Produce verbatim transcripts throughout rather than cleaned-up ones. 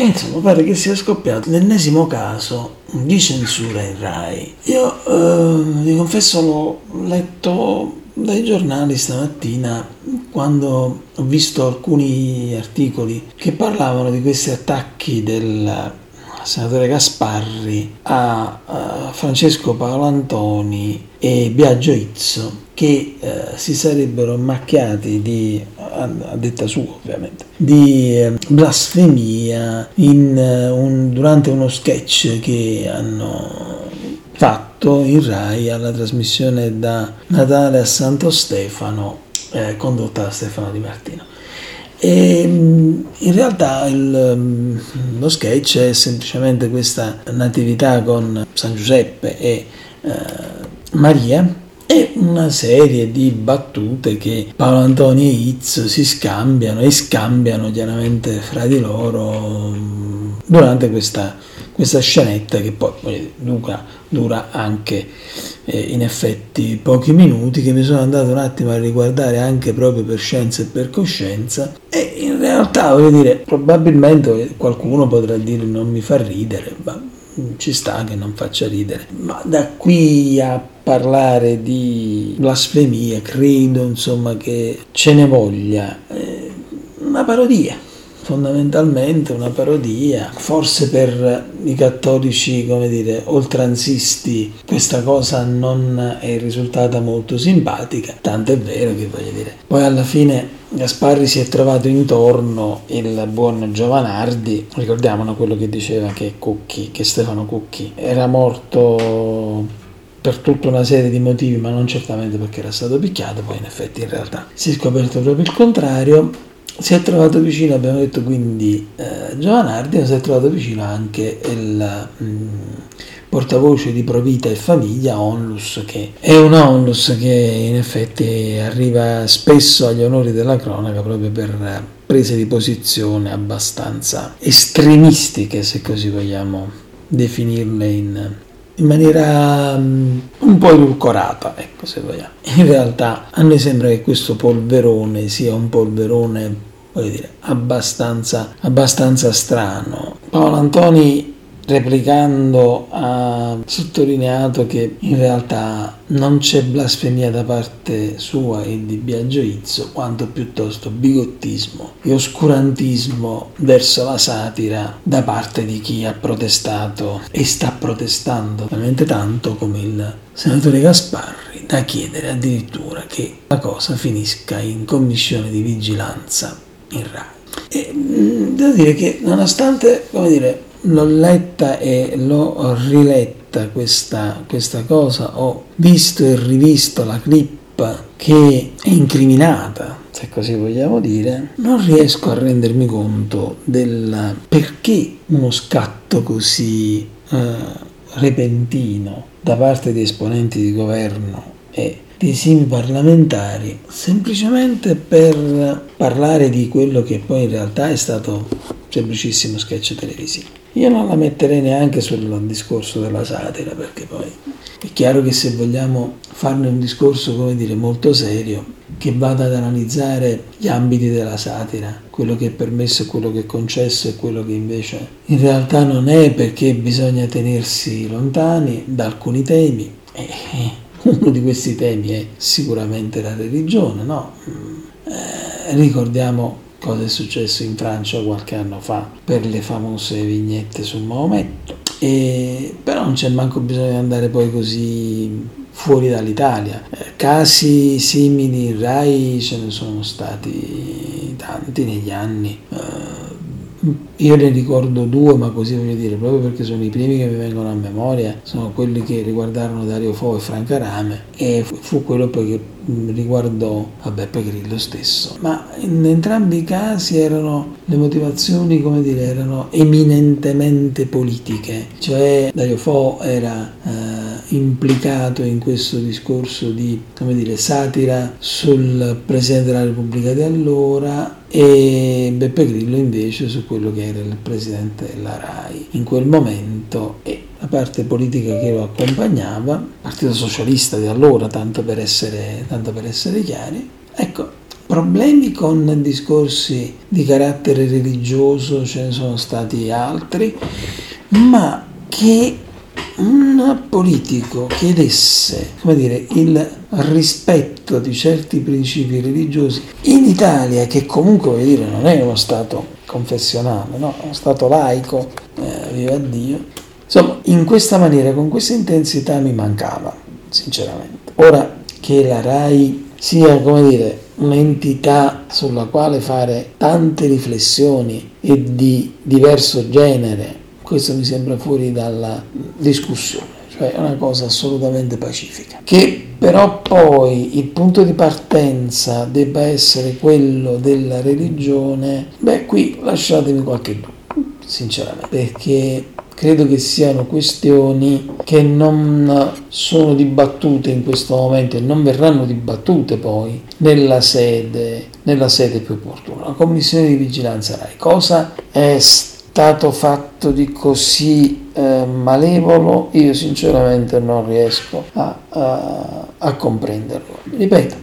E insomma pare che sia scoppiato l'ennesimo caso di censura in Rai. Io eh, vi confesso l'ho letto dai giornali stamattina quando ho visto alcuni articoli che parlavano di questi attacchi del senatore Gasparri a, a Francesco Paolo Antoni e Biagio Izzo, che eh, si sarebbero macchiati di, a, a detta sua ovviamente, di eh, blasfemia in, eh, un, durante uno sketch che hanno fatto in Rai alla trasmissione da Natale a Santo Stefano, eh, condotta da Stefano Di Martino. E in realtà il, lo sketch è semplicemente questa natività con San Giuseppe e eh, Maria e una serie di battute che Paolo Antoni e Izzo si scambiano e scambiano chiaramente fra di loro durante questa, questa scenetta che poi dura, dura anche eh, in effetti pochi minuti, che mi sono andato un attimo a riguardare anche proprio per scienza e per coscienza, e in realtà voglio dire, probabilmente qualcuno potrà dire non mi fa ridere, ma ci sta che non faccia ridere, ma da qui a parlare di blasfemia credo insomma che ce ne voglia eh, una parodia, fondamentalmente una parodia. Forse per i cattolici, come dire, oltranzisti questa cosa non è risultata molto simpatica, tanto è vero che voglio dire, poi alla fine Gasparri si è trovato intorno il buon Giovanardi, ricordiamolo quello che diceva che Cucchi, che Stefano Cucchi era morto per tutta una serie di motivi, ma non certamente perché era stato picchiato. Poi in effetti in realtà si è scoperto proprio il contrario. Si è trovato vicino, abbiamo detto quindi eh, Giovanardi, ma si è trovato vicino anche il mh, portavoce di Provita e Famiglia, Onlus, che è un Onlus che in effetti arriva spesso agli onori della cronaca proprio per prese di posizione abbastanza estremistiche, se così vogliamo definirle in, in maniera um, un po' edulcorata, ecco, se vogliamo. In realtà a me sembra che questo polverone sia un polverone, voglio dire, abbastanza, abbastanza strano. Paolo Antoni, replicando, ha sottolineato che in realtà non c'è blasfemia da parte sua e di Biagio Izzo, quanto piuttosto bigottismo e oscurantismo verso la satira da parte di chi ha protestato e sta protestando talmente tanto come il senatore Gasparri, da chiedere addirittura che la cosa finisca in commissione di vigilanza in Rai. E devo dire che nonostante, come dire, l'ho letta e l'ho riletta questa, questa cosa, ho visto e rivisto la clip che è incriminata, se così vogliamo dire, non riesco a rendermi conto del perché uno scatto così eh, repentino da parte di esponenti di governo e di esimi parlamentari, semplicemente per parlare di quello che poi in realtà è stato semplicissimo sketch televisivo. Io non la metterei neanche sul discorso della satira, perché poi è chiaro che se vogliamo farne un discorso, come dire, molto serio, che vada ad analizzare gli ambiti della satira, quello che è permesso e quello che è concesso e quello che invece in realtà non è, perché bisogna tenersi lontani da alcuni temi, e uno di questi temi è sicuramente la religione, no? Eh, ricordiamo cosa è successo in Francia qualche anno fa per le famose vignette su Maometto, e però non c'è manco bisogno di andare poi così fuori dall'Italia. Eh, casi simili in Rai ce ne sono stati tanti negli anni. Eh, io ne ricordo due, ma così voglio dire, proprio perché sono i primi che mi vengono a memoria, sono quelli che riguardarono Dario Fo e Franca Rame, e fu quello poi che riguardò a Beppe Grillo stesso. Ma in entrambi i casi erano le motivazioni, come dire, erano eminentemente politiche, cioè Dario Fo era eh, implicato in questo discorso di, come dire, satira sul Presidente della Repubblica di allora, e Beppe Grillo invece su quello che era il presidente della Rai in quel momento e la parte politica che lo accompagnava, il Partito Socialista di allora, tanto per essere, tanto per essere chiari. Ecco, problemi con discorsi di carattere religioso ce ne sono stati altri, ma che un politico chiedesse, come dire, il rispetto di certi principi religiosi in Italia, che comunque, voglio dire, non è uno stato confessionale, no? È uno stato laico, eh, viva Dio. Insomma, in questa maniera, con questa intensità mi mancava, sinceramente. Ora che la RAI sia, come dire, un'entità sulla quale fare tante riflessioni e di diverso genere, questo mi sembra fuori dalla discussione, cioè è una cosa assolutamente pacifica. Che però poi il punto di partenza debba essere quello della religione, beh, qui lasciatemi qualche dubbio, sinceramente, perché credo che siano questioni che non sono dibattute in questo momento e non verranno dibattute poi nella sede, nella sede più opportuna. La commissione di vigilanza RAI, cosa è stato fatto di così eh, malevolo? Io sinceramente non riesco a, a, a comprenderlo. Ripeto,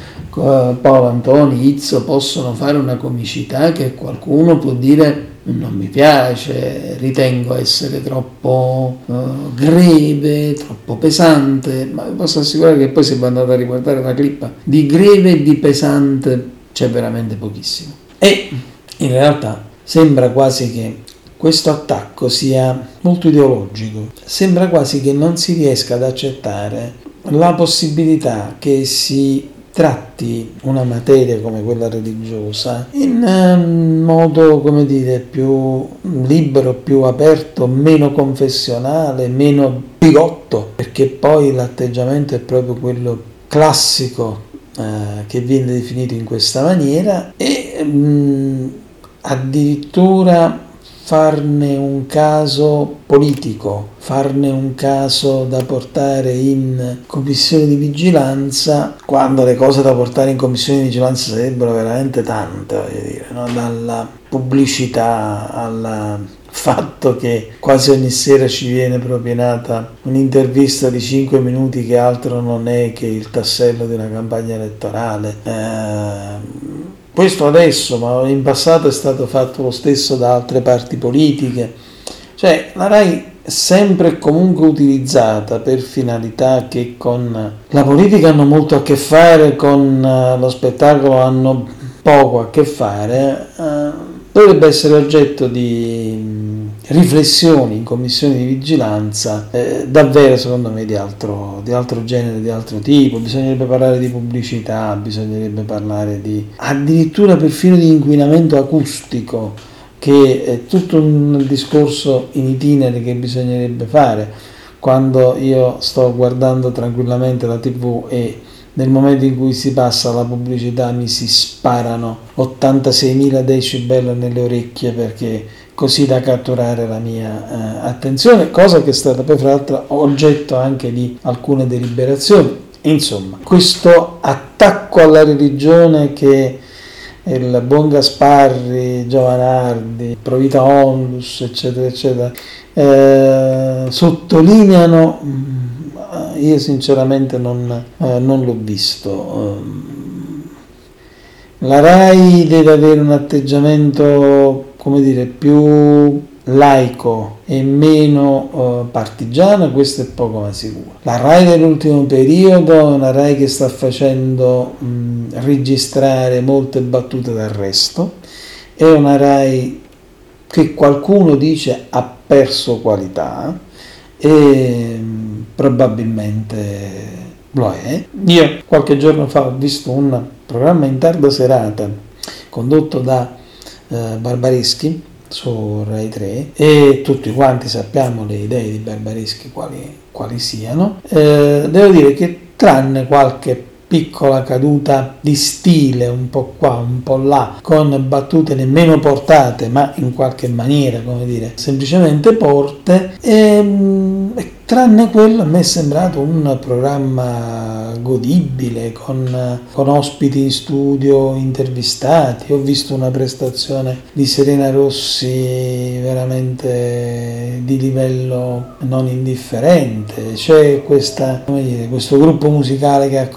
Paolo Antoni, Izzo possono fare una comicità che qualcuno può dire non mi piace, ritengo essere troppo uh, greve, troppo pesante, ma vi posso assicurare che poi se vi andate a riguardare la clip, di greve e di pesante c'è veramente pochissimo. E in realtà sembra quasi che questo attacco sia molto ideologico, sembra quasi che non si riesca ad accettare la possibilità che si tratti una materia come quella religiosa in um, modo, come dire, più libero, più aperto, meno confessionale, meno bigotto, perché poi l'atteggiamento è proprio quello classico eh, che viene definito in questa maniera e um, addirittura farne un caso politico, farne un caso da portare in commissione di vigilanza, quando le cose da portare in commissione di vigilanza sarebbero veramente tante, voglio dire, no? Dalla pubblicità al fatto che quasi ogni sera ci viene propinata un'intervista di cinque minuti che altro non è che il tassello di una campagna elettorale. Eh, Questo adesso, ma in passato è stato fatto lo stesso da altre parti politiche. Cioè, la RAI è sempre e comunque utilizzata per finalità che con la politica hanno molto a che fare, con lo spettacolo hanno poco a che fare. Eh, dovrebbe essere oggetto di riflessioni in commissione di vigilanza, eh, davvero secondo me di altro, di altro genere, di altro tipo. Bisognerebbe parlare di pubblicità, bisognerebbe parlare di addirittura perfino di inquinamento acustico, che è tutto un discorso in itinere che bisognerebbe fare. Quando io sto guardando tranquillamente la tivù e nel momento in cui si passa alla pubblicità mi si sparano ottantaseimila decibel nelle orecchie, perché così da catturare la mia eh, attenzione, cosa che è stata poi fra l'altro oggetto anche di alcune deliberazioni. Insomma, questo attacco alla religione che il buon Gasparri, Giovanardi, Provita Onlus, eccetera, eccetera, eh, sottolineano, io sinceramente non, eh, non l'ho visto. La RAI deve avere un atteggiamento, come dire, più laico e meno uh, partigiano, questo è poco ma sicuro. La RAI dell'ultimo periodo è una RAI che sta facendo mh, registrare molte battute d'arresto, è una RAI che qualcuno dice ha perso qualità e mh, probabilmente lo è. Io qualche giorno fa ho visto un programma in tarda serata condotto da Uh, Barbareschi su Rai tre e tutti quanti sappiamo le idee di Barbareschi quali, quali siano. Eh, devo dire che tranne qualche piccola caduta di stile un po' qua, un po' là, con battute nemmeno portate ma in qualche maniera, come dire, semplicemente porte, e, e tranne quello a me è sembrato un programma godibile, con, con ospiti in studio intervistati. Ho visto una prestazione di Serena Rossi veramente di livello non indifferente. C'è questa, come dire, questo gruppo musicale che accompagna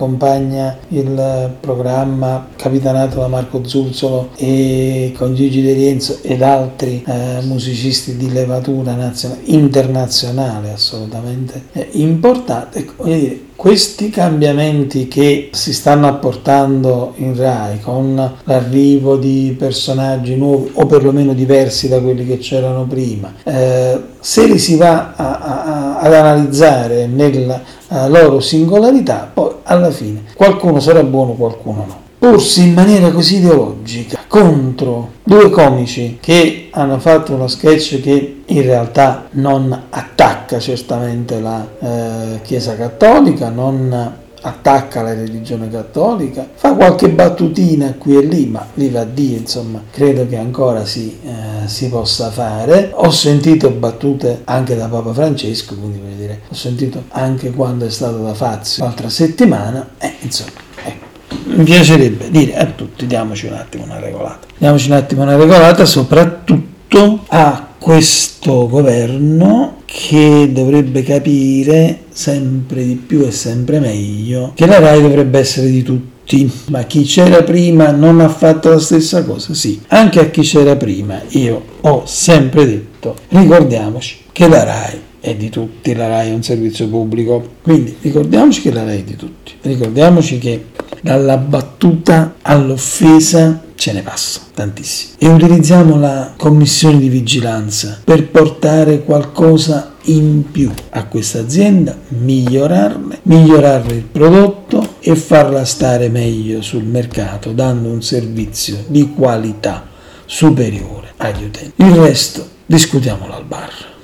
Spagna il programma capitanato da Marco Zuzzolo e con Gigi De Rienzo ed altri eh, musicisti di levatura nazionale, internazionale assolutamente eh, importante. Voglio dire, questi cambiamenti che si stanno apportando in Rai con l'arrivo di personaggi nuovi o perlomeno diversi da quelli che c'erano prima, eh, se li si va a, a, ad analizzare nella loro singolarità, poi alla fine qualcuno sarà buono, qualcuno no. Porsi in maniera così ideologica contro due comici che hanno fatto uno sketch che in realtà non attacca certamente la eh, Chiesa Cattolica, non attacca la religione cattolica, fa qualche battutina qui e lì, ma viva Dio, insomma, credo che ancora si, eh, si possa fare. Ho sentito battute anche da Papa Francesco, quindi voglio dire, ho sentito anche quando è stato da Fazio l'altra settimana, e eh, insomma, ecco. Mi piacerebbe dire a tutti, diamoci un attimo una regolata, diamoci un attimo una regolata, soprattutto a questo governo che dovrebbe capire sempre di più e sempre meglio che la Rai dovrebbe essere di tutti. Ma chi c'era prima non ha fatto la stessa cosa? Sì, anche a chi c'era prima io ho sempre detto, ricordiamoci che la Rai è di tutti, la Rai è un servizio pubblico, quindi ricordiamoci che la Rai è di tutti, ricordiamoci che dalla battuta all'offesa ce ne passa tantissimo e utilizziamo la commissione di vigilanza per portare qualcosa in più a questa azienda, migliorarle, migliorare il prodotto e farla stare meglio sul mercato, dando un servizio di qualità superiore agli utenti. Il resto discutiamolo al bar.